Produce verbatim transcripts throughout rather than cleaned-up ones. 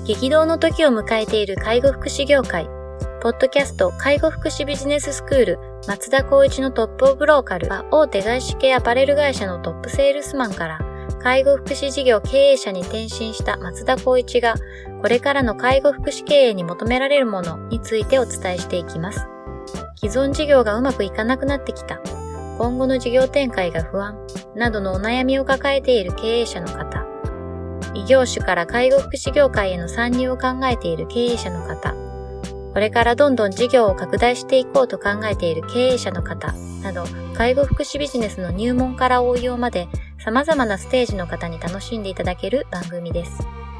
激動の時を迎えている介護福祉業界。ポッドキャスト介護福祉ビジネススクール松田光一のトップオブローカルは大手外資系アパレル会社のトップセールスマンから介護福祉事業経営者に転身した松田光一がこれからの介護福祉経営に求められるものについてお伝えしていきます。既存事業がうまくいかなくなってきた、今後の事業展開が不安などのお悩みを抱えている経営者の方、異業種から介護福祉業界への参入を考えている経営者の方、これからどんどん事業を拡大していこうと考えている経営者の方など、介護福祉ビジネスの入門から応用まで様々なステージの方に楽しんでいただける番組です。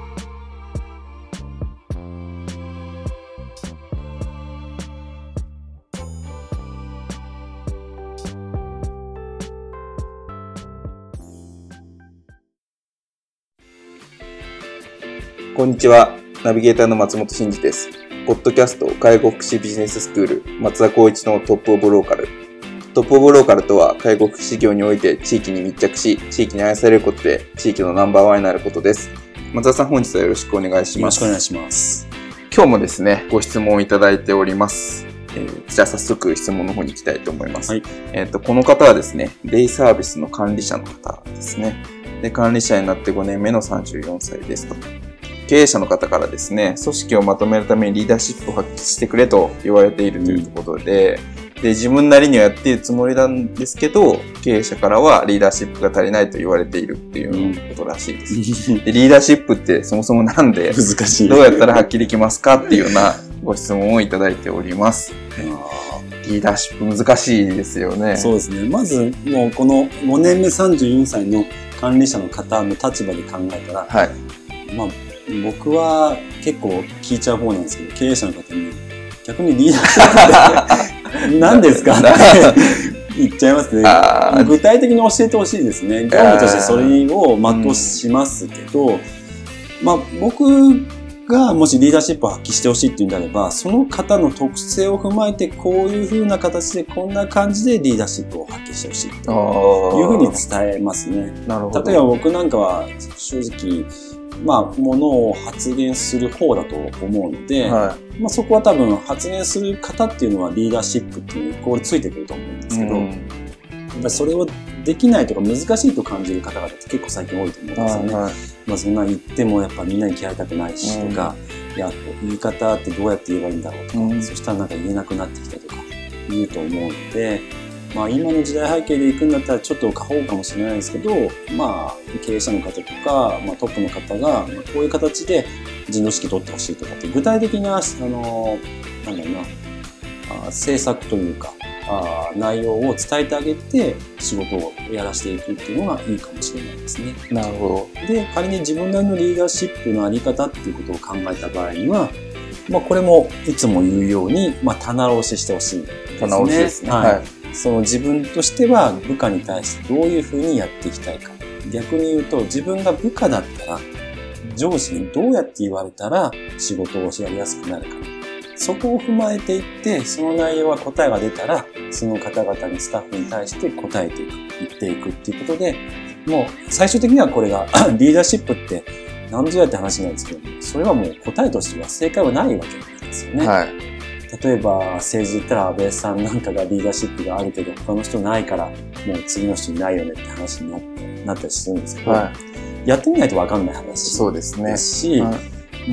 こんにちは。ナビゲーターの松本真嗣です。ポッドキャスト介護福祉ビジネススクール松田光一のトップオブローカル。トップオブローカルとは介護福祉業において地域に密着し、地域に愛されることで地域のナンバーワンになることです。松田さん、本日はよろしくお願いします。 よろしくお願いします。 今日もですね、ご質問をいただいております。えー、じゃあ早速質問の方に行きたいと思います。はい、えっと、この方はですね、デイサービスの管理者の方ですね。で、管理者になってごねんめのさんじゅうよんさいですと。経営者の方からですね、組織をまとめるためにリーダーシップを発揮してくれと言われているというところで、うん、で、自分なりにはやっているつもりなんですけど、経営者からはリーダーシップが足りないと言われているっていうことらしいです。うん、で、リーダーシップってそもそもなんで、難しい。どうやったら発揮できますかっていうようなご質問をいただいております。リーダーシップ難しいですよね。 そうですね。まず、もうこのごねんめさんじゅうよんさいの管理者の方の立場で考えたら、はい。まあ僕は結構聞いちゃう方なんですけど、経営者の方に逆にリーダーシップって何ですかって言っちゃいますね。具体的に教えてほしいですね。業務としてそれを全うしますけど、うん、まあ僕がもしリーダーシップを発揮してほしいっていうんであれば、その方の特性を踏まえてこういう風な形でこんな感じでリーダーシップを発揮してほしいという風に伝えますね。なるほど。例えば僕なんかは正直まあ、ものを発言する方だと思うので、はい、まあ、そこは多分発言する方っていうのはリーダーシップっていうイコールついてくると思うんですけど、うん、やっぱりそれをできないとか難しいと感じる方々って結構最近多いと思うんですよね。はいはい、まあ、そんな言ってもやっぱみんなに嫌いたくないしとか、うん、いや、言い方ってどうやって言えばいいんだろうとか、うん、そしたらなんか言えなくなってきたとか言うと思うので、まあ今の時代背景で行くんだったらちょっと過保護かもしれないですけど、まあ経営者の方とか、まあトップの方が、こういう形で陣頭指揮取ってほしいとかって具体的な、あの、なんだろうな、あ政策というか、あ内容を伝えてあげて仕事をやらせていくっていうのがいいかもしれないですね。 なるほど。 で、仮に自分なりのリーダーシップのあり方っていうことを考えた場合には、まあこれもいつも言うように、まあ棚卸ししてほしいですね。 棚卸しですね。 はい。はい、その自分としては部下に対してどういうふうにやっていきたいか。逆に言うと自分が部下だったら上司にどうやって言われたら仕事をやりやすくなるか。そこを踏まえていってその内容は答えが出たらその方々にスタッフに対して答えていく、言っていくっていうことで、もう最終的にはこれがリーダーシップって何ぞやって話なんですけど、それはもう答えとしては正解はないわけなんですよね。はい。例えば政治で言ったら安倍さんなんかがリーダーシップがあるけど他の人ないからもう次の人にないよねって話になって、なったりするんですけど、はい、やってみないと分かんない話ですし、 そうですね。し、はい、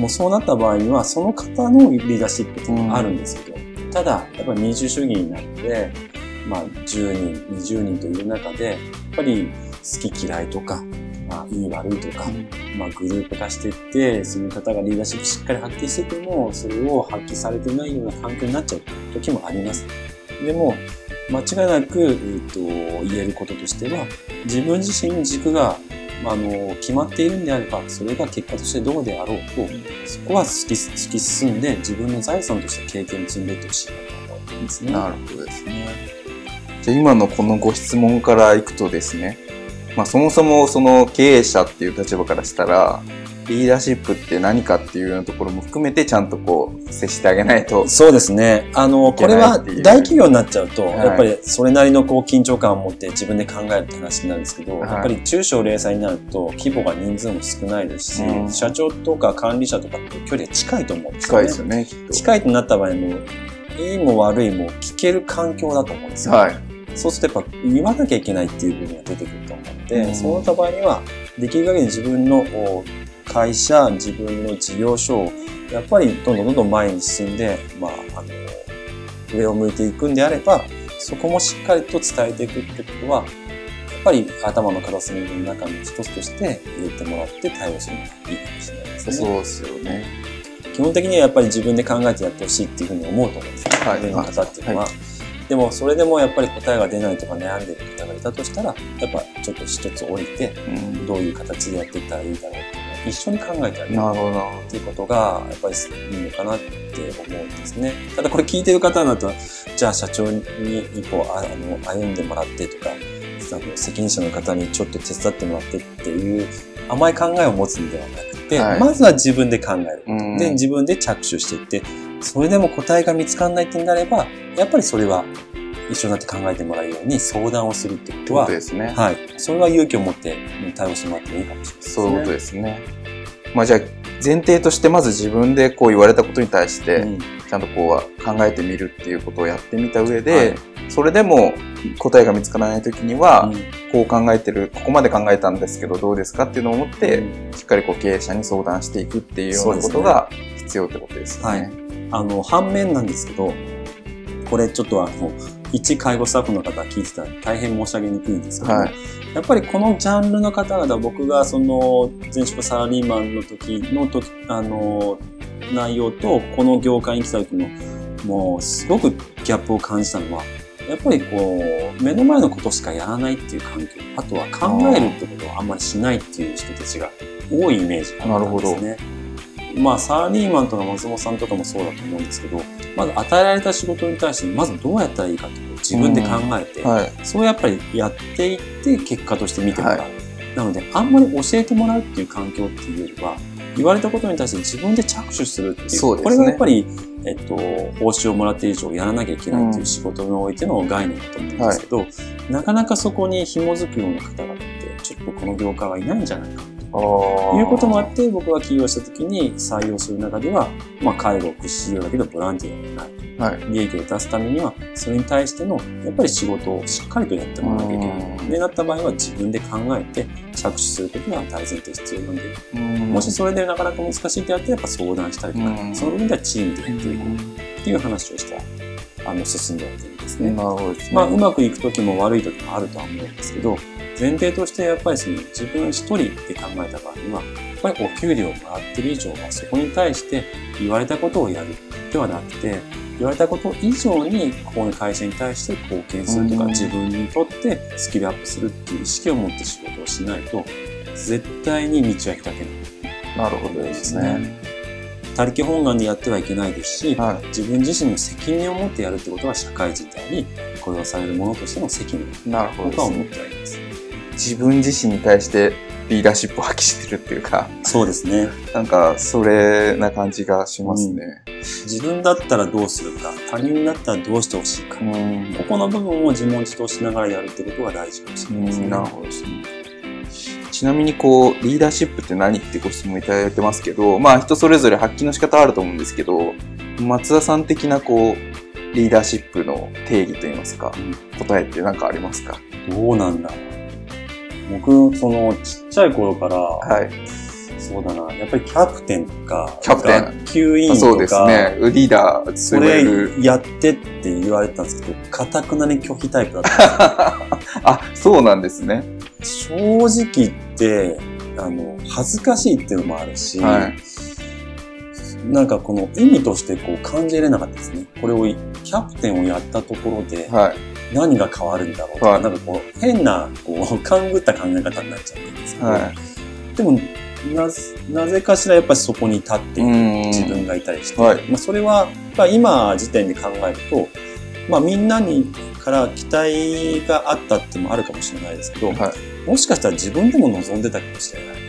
もうそうなった場合にはその方のリーダーシップっていうのがあるんですけど、うん、ただやっぱり民主主義になって、まあじゅうにん、にじゅうにんという中でやっぱり好き嫌いとか、まあ、いい悪いとか、まあ、グループ化していって、その方がリーダーシップしっかり発揮してても、それを発揮されてないような環境になっちゃう時もあります。でも、間違いなく、えっと、言えることとしては、自分自身に軸が、あの、決まっているんであれば、それが結果としてどうであろうと、そこは突き、突き進んで、自分の財産として経験を積んでいってほしいなと思うんですね。 なるほどですね。じゃあ今のこのご質問からいくとですね、まあ、そもそもその経営者っていう立場からしたら、 リーダーシップって何かっていうようなところも含めてちゃんとこう接してあげないと。 そうですね。あの、これは大企業になっちゃうと、はい、やっぱりそれなりのこう緊張感を持って自分で考えるって話になるんですけど、はい、やっぱり中小零細になると規模が人数も少ないですし、うん、社長とか管理者とかと距離が近いと思うんですよね。 近いですよね、きっと。 近いとなった場合も、いいも悪いも聞ける環境だと思うんですよ。はい。そうするとやっぱ言わなきゃいけないっていう部分が出てくると思うので、うん、そうなった場合には、できる限り自分の会社、自分の事業所をやっぱりどんどんどんどん前に進んで、まあ、あの、上を向いていくんであれば、そこもしっかりと伝えていくってことは、やっぱり頭の片隅の中の一つとして入れてもらって対応するのがいいかもしれないですね。 そうですよね。 基本的にはやっぱり自分で考えてやってほしいっていうふうに思うと思うんですね。はい。上の方っていうのは。はい、でも、それでもやっぱり答えが出ないとか悩んでる方がいたとしたら、やっぱちょっと一つ降りて、うん、どういう形でやっていったらいいだろうっていうのを一緒に考えてあげるっていうことが、やっぱりいいのかなって思うんですね。ただこれ聞いてる方だと、じゃあ社長に一歩あの歩んでもらってとか、責任者の方にちょっと手伝ってもらってっていう甘い考えを持つんではなくて、はい、まずは自分で考える。で、自分で着手していって、それでも答えが見つからないってなれば、やっぱりそれは一緒になって考えてもらうように相談をするってことは、 そうですね。 はい。それは勇気を持って対応してもらってもいいかもしれないですね。 そういうことですね。まあじゃあ、前提としてまず自分でこう言われたことに対して、ちゃんとこう考えてみるっていうことをやってみた上で、はい、それでも答えが見つからないときには、こう考えてる、ここまで考えたんですけどどうですかっていうのを思って、しっかりこう経営者に相談していくっていうようなことが必要ってことですね。はい。 あの、反面なんですけど、これちょっとあの、一介護スタッフの方が聞いてたら大変申し上げにくいんですけど、はい、やっぱりこのジャンルの方々、僕がその前職サラリーマンの時の時、あの、内容とこの業界に来た時の、もうすごくギャップを感じたのは、やっぱりこう、目の前のことしかやらないっていう環境、あとは考えるってことをあんまりしないっていう人たちが多いイメージがあったんですね。まあ、サラリーマンとか松本さんとかもそうだと思うんですけど、まず与えられた仕事に対して、まずどうやったらいいかという自分で考えて、はい、そうやっぱりやっていって結果として見てもらう。はい、なので、あんまり教えてもらうっていう環境っていうよりは、言われたことに対して自分で着手するっていう。そうですね。これがやっぱり、えっと、報酬をもらって以上やらなきゃいけないっていう仕事においての概念だと思うんですけど、はい、なかなかそこに紐づくような方々って、ちょっとこの業界はいないんじゃないかということもあって、僕が起業した時に採用する中では、まあ、介護、福祉事業だけどボランティアではない。はい、利益を出すためには、それに対しての、やっぱり仕事をしっかりとやってもらわなきゃいけない。で、なった場合は自分で考えて着手することが大前提必要なんで、もしそれでなかなか難しいってやってやっぱ相談したりとか、その部分ではチームでやっていこうっていう話をして、あの、進んでやってるんですね。なるほどですね。まあ、うまくいく時も悪い時もあるとは思うんですけど、前提としてやっぱりその自分一人で考えた場合には、やっぱりお給料をもらってる以上はそこに対して言われたことをやるではなくて、言われたこと以上にここの会社に対して貢献するとか、自分にとってスキルアップするっていう意識を持って仕事をしないと、絶対に道は開けない。 なるほどですね。 他力本願でやってはいけないですし、はい、自分自身の責任を持ってやるってことは社会人であり、雇用される者としての責任だとは思っております。 自分自身に対してリーダーシップを発揮してるっていうか。 そうですね。 なんか、それな感じがしますね、 うん。自分だったらどうするか、他人だったらどうしてほしいか。うん、ここの部分を自問自答しながらやるってことが大事かもしれないですね。 なるほどですね。ちなみにこう、リーダーシップって何ってご質問いただいてますけど、まあ人それぞれ発揮の仕方あると思うんですけど、松田さん的なこう、リーダーシップの定義といいますか、うん、答えって何かありますか？ どうなんだろう。僕、その、ちっちゃい頃から、はい。そうだな、やっぱりキャプテンとか、 キャプテン。 学級委員とか、 そうですね、リーダー、 それやってって言われたんですけど、堅くなに拒否タイプだったんですよ。 あ、そうなんですね。 正直言って、あの、恥ずかしいっていうのもあるし、はい、なんかこの意味としてこう感じれなかったですね。これを、キャプテンをやったところで、はい、何が変わるんだろうとか、はい、なんかこう、変な、こう、勘ぐった考え方になっちゃうんですけど、はい、でもな、なぜかしらやっぱりそこに立っている自分がいたりして、はい、まあそれは、まあ、今時点で考えると、まあみんなにから期待があったってもあるかもしれないですけど、はい、もしかしたら自分でも望んでたかもしれない。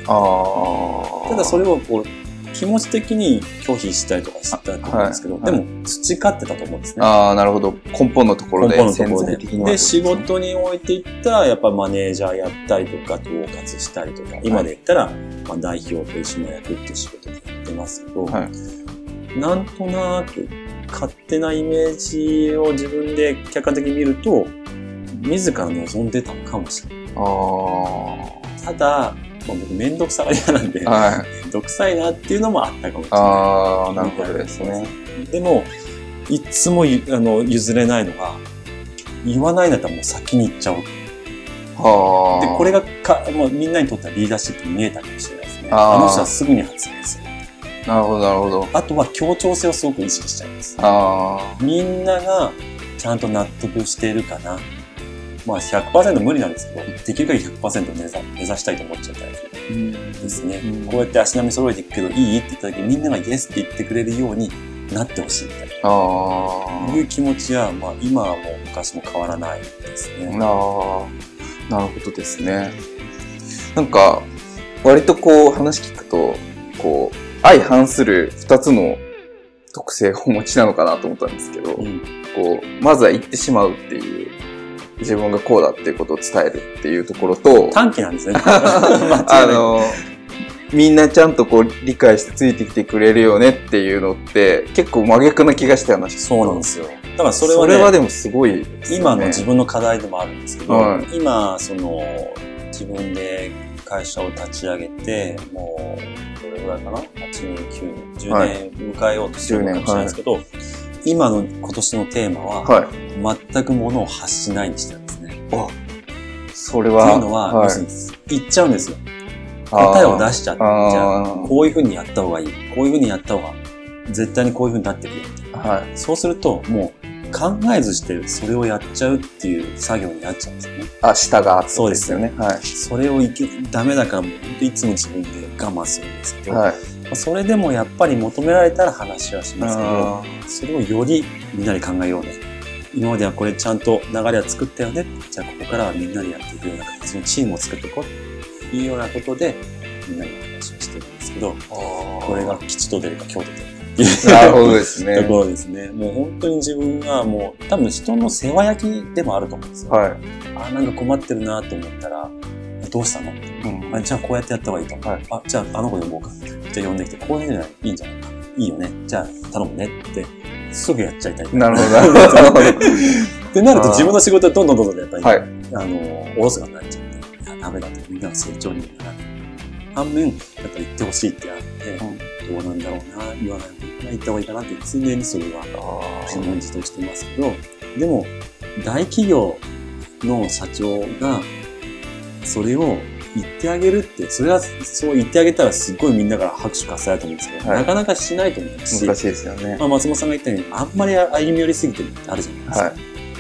ただそれをこう気持ち的に拒否したりとかしてたと思うんですけど、はいはい、でも培ってたと思うんですね。 ああ、なるほど。根本のところで。 根本のところで。で, で、仕事に置いていったら、やっぱマネージャーやったりとか、統括したりとか、今で言ったら、まあ、代表取締役っていう仕事でやってますけど、はい、なんとなく勝手なイメージを自分で客観的に見ると、自ら望んでたのかもしれない。あただ、まあ、僕めんどくさがり屋なんで、はい、めんどくさいなっていうのもあったかもしれない。 ああ、なるほどですね。 でも、いつもあの譲れないのが、言わないんだったらもう先に言っちゃおう。はで、これがか、まあ、みんなにとってはリーダーシップに見えたかもしれないですね。あ, あの人はすぐに発言する。 なるほど、なるほど。 あとは協調性をすごく意識しちゃいます。あみんながちゃんと納得しているかな。まあ ひゃくパーセント 無理なんですけど、できる限り ひゃくパーセント 目指、目指したいと思っちゃったりですね。うん、こうやって足並み揃えていくけどいいって言った時にみんながイエスって言ってくれるようになってほしいみたいな。あいう気持ちは、まあ今はもう昔も変わらないですね。 あなるほどですね。なんか、割とこう話聞くと、こう、相反する二つの特性をお持ちなのかなと思ったんですけど、うん、こう、まずは言ってしまうっていう、自分がこうだっていうことを伝えるっていうところと、 短期なんですね。 あの、みんなちゃんとこう理解してついてきてくれるよねっていうのって結構真逆な気がしたような。 そうなんですよ。だからそれはね、 それはでもすごいですね。 今の自分の課題でもあるんですけど、はい、今、その、自分で会社を立ち上げて、もう、どれぐらいかな ?はちねん、きゅうねん、じゅうねん迎えようとしてるかもしれないですけど、はい、今の今年のテーマは、はい、全く物を発しないにしてるんですね。あ、 それは。 っていうのは、はい、要するに言っちゃうんですよ。答えを出しちゃって、じゃあ、こういう風にやった方がいい。こういう風にやった方が、絶対にこういう風になってくる。はい。そうすると、もう、考えずしてそれをやっちゃうっていう作業になっちゃうんですよね。 あ、下が。 そうですよね。はい。それをいけ、ダメだから、もう本当いつも自分で我慢するんですけど、はい。それでもやっぱり求められたら話はしますけど、それをよりみんなで考えようね。今まではこれちゃんと流れは作ったよね。じゃあここからはみんなでやっていくような形のチームを作っていこうというようなことでみんなに話をしてるんですけど、これが吉と出るか京都出るかっていうなるほどですね。 ところですね。もう本当に自分がもう多分人の世話焼きでもあると思うんですよ。はい。あ、なんか困ってるなと思ったら、どうしたの、うん、あじゃあこうやってやった方がいいと思う。はい、あ、じゃああの子呼ぼうか。じゃあ呼んできて、こういうのいいんじゃないか。いいよね。じゃあ頼むねって。すぐやっちゃいたい。 なるほど、なるほど。 ってなると自分の仕事はどんどんどんどんやっぱり、はい、あの、おろそかになっちゃって、いや、ダメだとみんなが成長にもならない。反面、やっぱり言ってほしいってあって、うん、どうなんだろうな、言わない方がいいかな、言った方がいいかなって常にそれは自問自答してますけど、でも、大企業の社長が、それを言ってあげるって、それはそう言ってあげたらすごいみんなから拍手喝采だと思うんですけど、はい、なかなかしないと思いますし。 難しいですよね。 まあ松本さんが言ったように、あんまり歩み寄りすぎてるってあるじゃないですか。はい、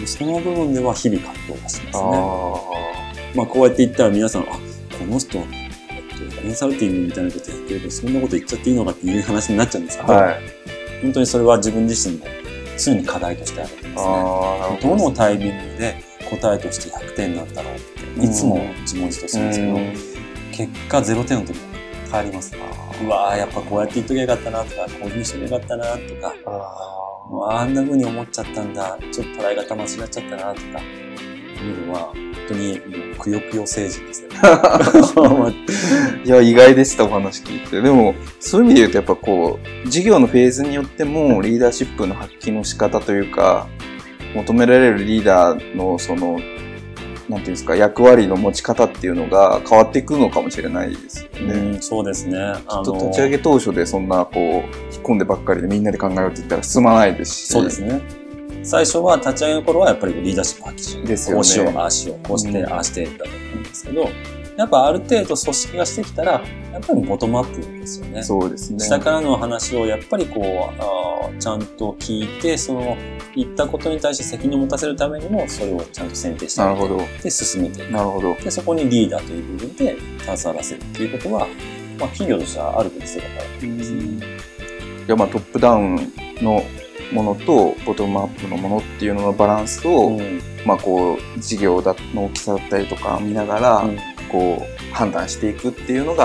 その部分では日々葛藤がしますね。あまあこうやって言ったら皆さん、あ、この人、えっと、コンサルティングみたいなことやってるけど、そんなこと言っちゃっていいのかっていう話になっちゃうんですけど、はい、本当にそれは自分自身も常に課題としてあるんですね。どのタイミングで答えとしてひゃくてんなんだろうって、いつも自問自答するんですけど、結果ゼロてんの時も変わります。うわぁ、やっぱこうやって言っときゃよかったなとか、こういうふうにしときゃよかったなとか、あ, もうあんな風に思っちゃったんだ、ちょっと捉え方間違っちゃったなとか、いうのは、本当にもうくよくよ成人ですよね。 いや、意外でした、お話聞いて。でも、そういう意味で言うと、やっぱこう、事業のフェーズによっても、リーダーシップの発揮の仕方というか、求められるリーダーのその、なんていうんですか、役割の持ち方っていうのが変わっていくのかもしれないですよね。 うん、そうですね。 きっと立ち上げ当初でそんなこう、引っ込んでばっかりでみんなで考えようって言ったら進まないですし。 そうですね。最初は立ち上げの頃はやっぱりリーダーシップ発揮しよう。ですよね。こうしよう、ああしよう、こうして、うん、ああしてだと思うんですけど、やっぱある程度組織がしてきたら、やっぱりボトムアップですよね。 そうですね。 下からの話をやっぱりこう、あちゃんと聞いて、その、言ったことに対して責任を持たせるためにも、それをちゃんと選定してあげて、で、進めていく。 なるほど。 で、そこにリーダーという部分で携わらせるっていうことは、まあ、企業としてはあるべき姿だと思いますね。いや、まあ、トップダウンのものと、ボトムアップのものっていうののバランスを、うん、まあ、こう、事業の大きさだったりとか見ながら、うん、こう、判断していくっていうのが、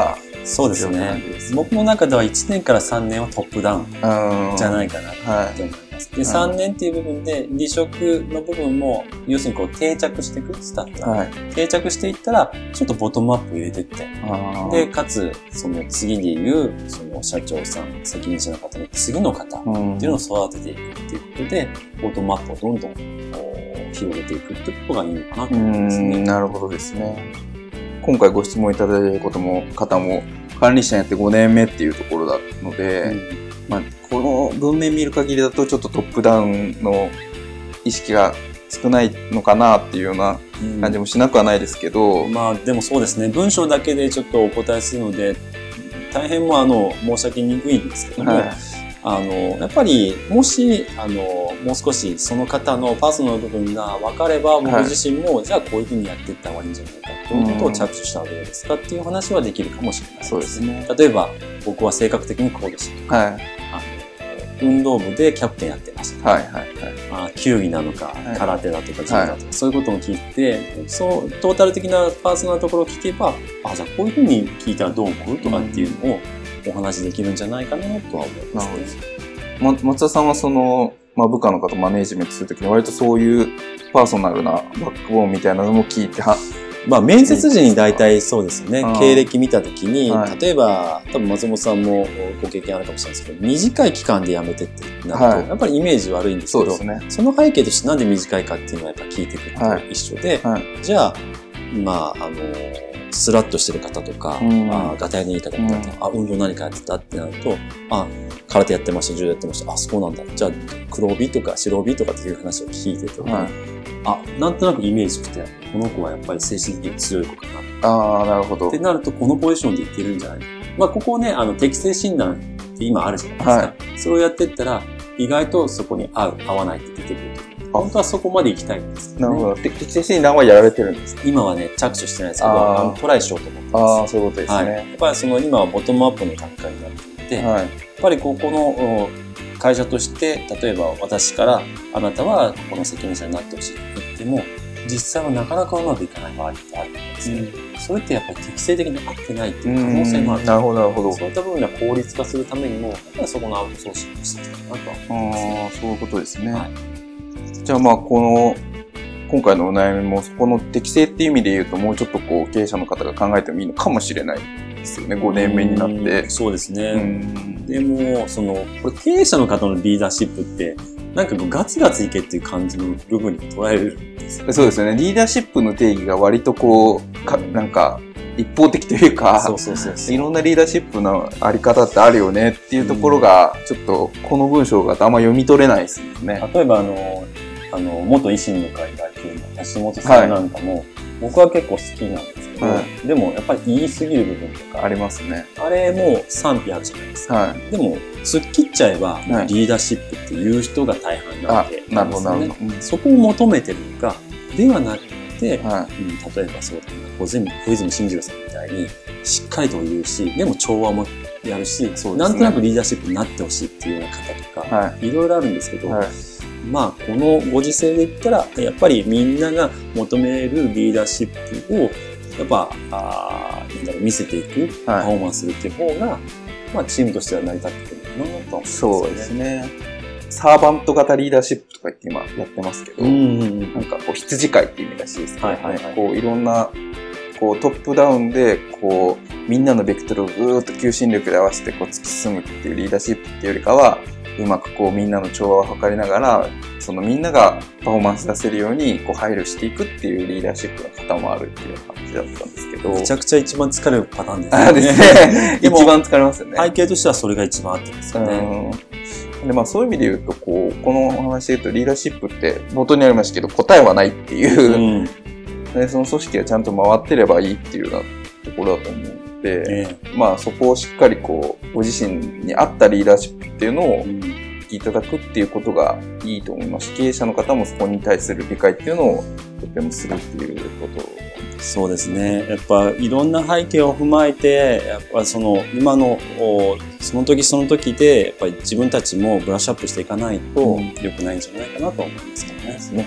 そうですね。僕の中ではいちねんからさんねんはトップダウンじゃないかなと思います。はい、で、さんねんっていう部分で離職の部分も、要するにこう定着していくスタッフが、はい、定着していったら、ちょっとボトムアップを入れていって、で、かつ、その次に言う、その社長さん、責任者の方の次の方っていうのを育てていくっていうことで、ボトムアップをどんどん広げていくってことがいいのかなと思いますね。 なるほどですね。今回ご質問いただいたことも、方も、管理者やってごねんめっていうところだので、うん、まあ、この文面見る限りだとちょっとトップダウンの意識が少ないのかなっていうような感じもしなくはないですけど、 うん、まあでもそうですね、文章だけでちょっとお答えするので大変もあの申し上げにくいんですけども、はい、あのやっぱりもしあのもう少しその方のパーソナルの部分が分かれば僕自身も、はい、じゃあこういうふうにやっていった方がいいんじゃないかということを着手したらどうですかっていう話はできるかもしれないです。 そうですね。 例えば僕は性格的にこうでしたとか、はい、あの運動部でキャプテンやってましたとか、はいはいはい、あ球技なのか、はい、空手だとか柔道だとか、はい、そういうことを聞いて、そうトータル的なパーソナルなところを聞けば、あ、じゃあこういうふうに聞いたらどう思うとかっていうのをお話できるんじゃないかなとは思いますね。 ま、松田さんはその、まあ、部下の方マネージメントするときに割とそういうパーソナルなバックボーンみたいなのも聞いては、 まあ面接時に大体そうですよね。経歴見たときに、はい、例えば多分松本さんもご経験あるかもしれないですけど、短い期間で辞めてってなると、はい、やっぱりイメージ悪いんですけど、 そ, うですね、その背景としてなんで短いかっていうのはやっぱ聞いてくると一緒で、はいはい、じゃあまああのスラッとしてる方とか、うん、あガタイのいい方とか、うん、あ運動何かやってたってなると、あ空手やってました、柔道やってました、あそうなんだ、じゃあ黒帯とか白帯とかっていう話を聞いてると、はい、あなんとなくイメージして、この子はやっぱり精神的に強い子かな。 ああ、なるほど。 ってなると、このポジションでいけるんじゃないか。まあ、ここをね、あの、適正診断って今あるじゃないですか。はい、それをやっていったら、意外とそこに合う、合わないって出てくると。本当はそこまで行きたいんですけど、ね。なるほど。 適正診断はやられてるんですか？ 今はね、着手してないですけど、あのトライしようと思ってます。 ああ、そういうことですね。はい、 やっぱりその今はボトムアップの段階になっていて、はい、やっぱりここの会社として、例えば私から、あなたはここの責任者になってほしいって言っても、実際はなかなかうまくいかない場合ってあるんですね、うん。それってやっぱり適正的に合ってないっていう可能性もある。 なるほど、なるほど。 そういった部分では効率化するためにも、やっぱりそこのアウトソーシングをしていきたいなとは思います、ね。 ああ、そういうことですね。はい、じゃあまあ、この、今回のお悩みも、そこの適正っていう意味で言うと、もうちょっとこう、経営者の方が考えてもいいのかもしれないですよね。ごねんめになって。 そうですね。でも、その、これ経営者の方のリーダーシップって、なんかこうガツガツいけっていう感じの部分に捉えるんですよね。 そうですよね。リーダーシップの定義が割とこう、かなんか一方的というか、そうそうそうそう、いろんなリーダーシップのあり方ってあるよねっていうところが、ちょっとこの文章があんま読み取れないですよね。 例えばあの、あの、元維新の会代表の橋本さんなんかも、はい、僕は結構好きなんですけど、はい、でもやっぱり言い過ぎる部分とかありますね。 あれも賛否あるじゃないですか。はい、でも、突っ切っちゃえば、リーダーシップっていう人が大半なわけなんですよね。そこを求めてるのか、ではなくて、はい、うん、例えばそうだな、小泉、小泉進次郎さんみたいに、しっかりと言うし、でも調和もやるし、ね、なんとなくリーダーシップになってほしいっていうような方とか、はい、いろいろあるんですけど、はい、まあ、このご時世で言ったら、やっぱりみんなが求めるリーダーシップを、やっぱ、あなんだろう、見せていく、パフォーマンスするっていう方が、まあ、チームとしては成り立ってくるのかなと思いますね。 そうですね。サーバント型リーダーシップとか言って今やってますけど、うんうんうん、なんかこう羊飼いっていう意味らしいですけどね、はいはいはい、こういろんなこうトップダウンでこうみんなのベクトルをぐーっと求心力で合わせてこう突き進むっていうリーダーシップっていうよりかは、うまくこうみんなの調和を図りながら、そのみんながパフォーマンス出せるようにこう配慮していくっていうリーダーシップの方もあるっていう感じだったんですけど、 めちゃくちゃ一番疲れるパターンですね。 ですね。一番疲れますよね。 背景としてはそれが一番合ってますよね。 でまあ、そういう意味で言うとこうこのお話で言うとリーダーシップって冒頭にありましたけど答えはないっていう、うん、でその組織がちゃんと回ってればいいっていうようなところだと思うので、えー、まあそこをしっかりこうご自身に合ったリーダーシップっていうのをいただくっていうことがいいと思いますし、経営者の方もそこに対する理解っていうのをとてもするっていうことそうですね。やっぱいろんな背景を踏まえて、やっぱその今のその時その時でやっぱり自分たちもブラッシュアップしていかないと良くないんじゃないかなと思いますけどね。ですね。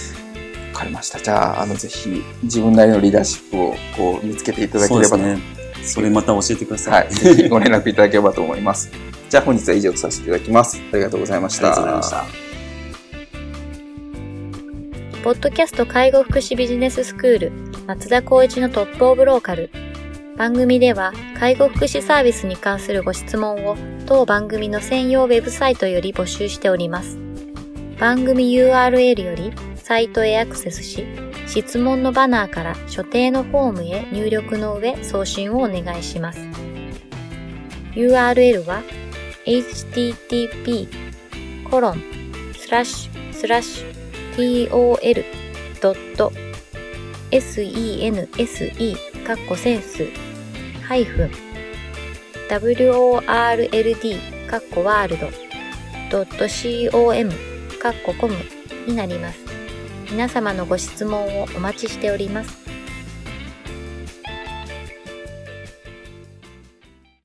わかりました。じゃああのぜひ自分なりのリーダーシップをこう見つけていただければとそれまた教えてください。 はい。ぜひご連絡いただければと思います。じゃあ本日は以上とさせていただきます。ありがとうございました。 ありがとうございました。 ポッドキャスト介護福祉ビジネススクール松田光一のトップオブローカル。番組では介護福祉サービスに関するご質問を当番組の専用ウェブサイトより募集しております。番組 ユーアールエル よりサイトへアクセスし、質問のバナーから所定のフォームへ入力の上送信をお願いします。ユーアールエル は エイチティーティーピーコロンスラッシュスラッシュ トル ドット センス カッコセンスハイフン ワールド カッコワールド ドット コム カッココムになります。皆様のご質問をお待ちしております。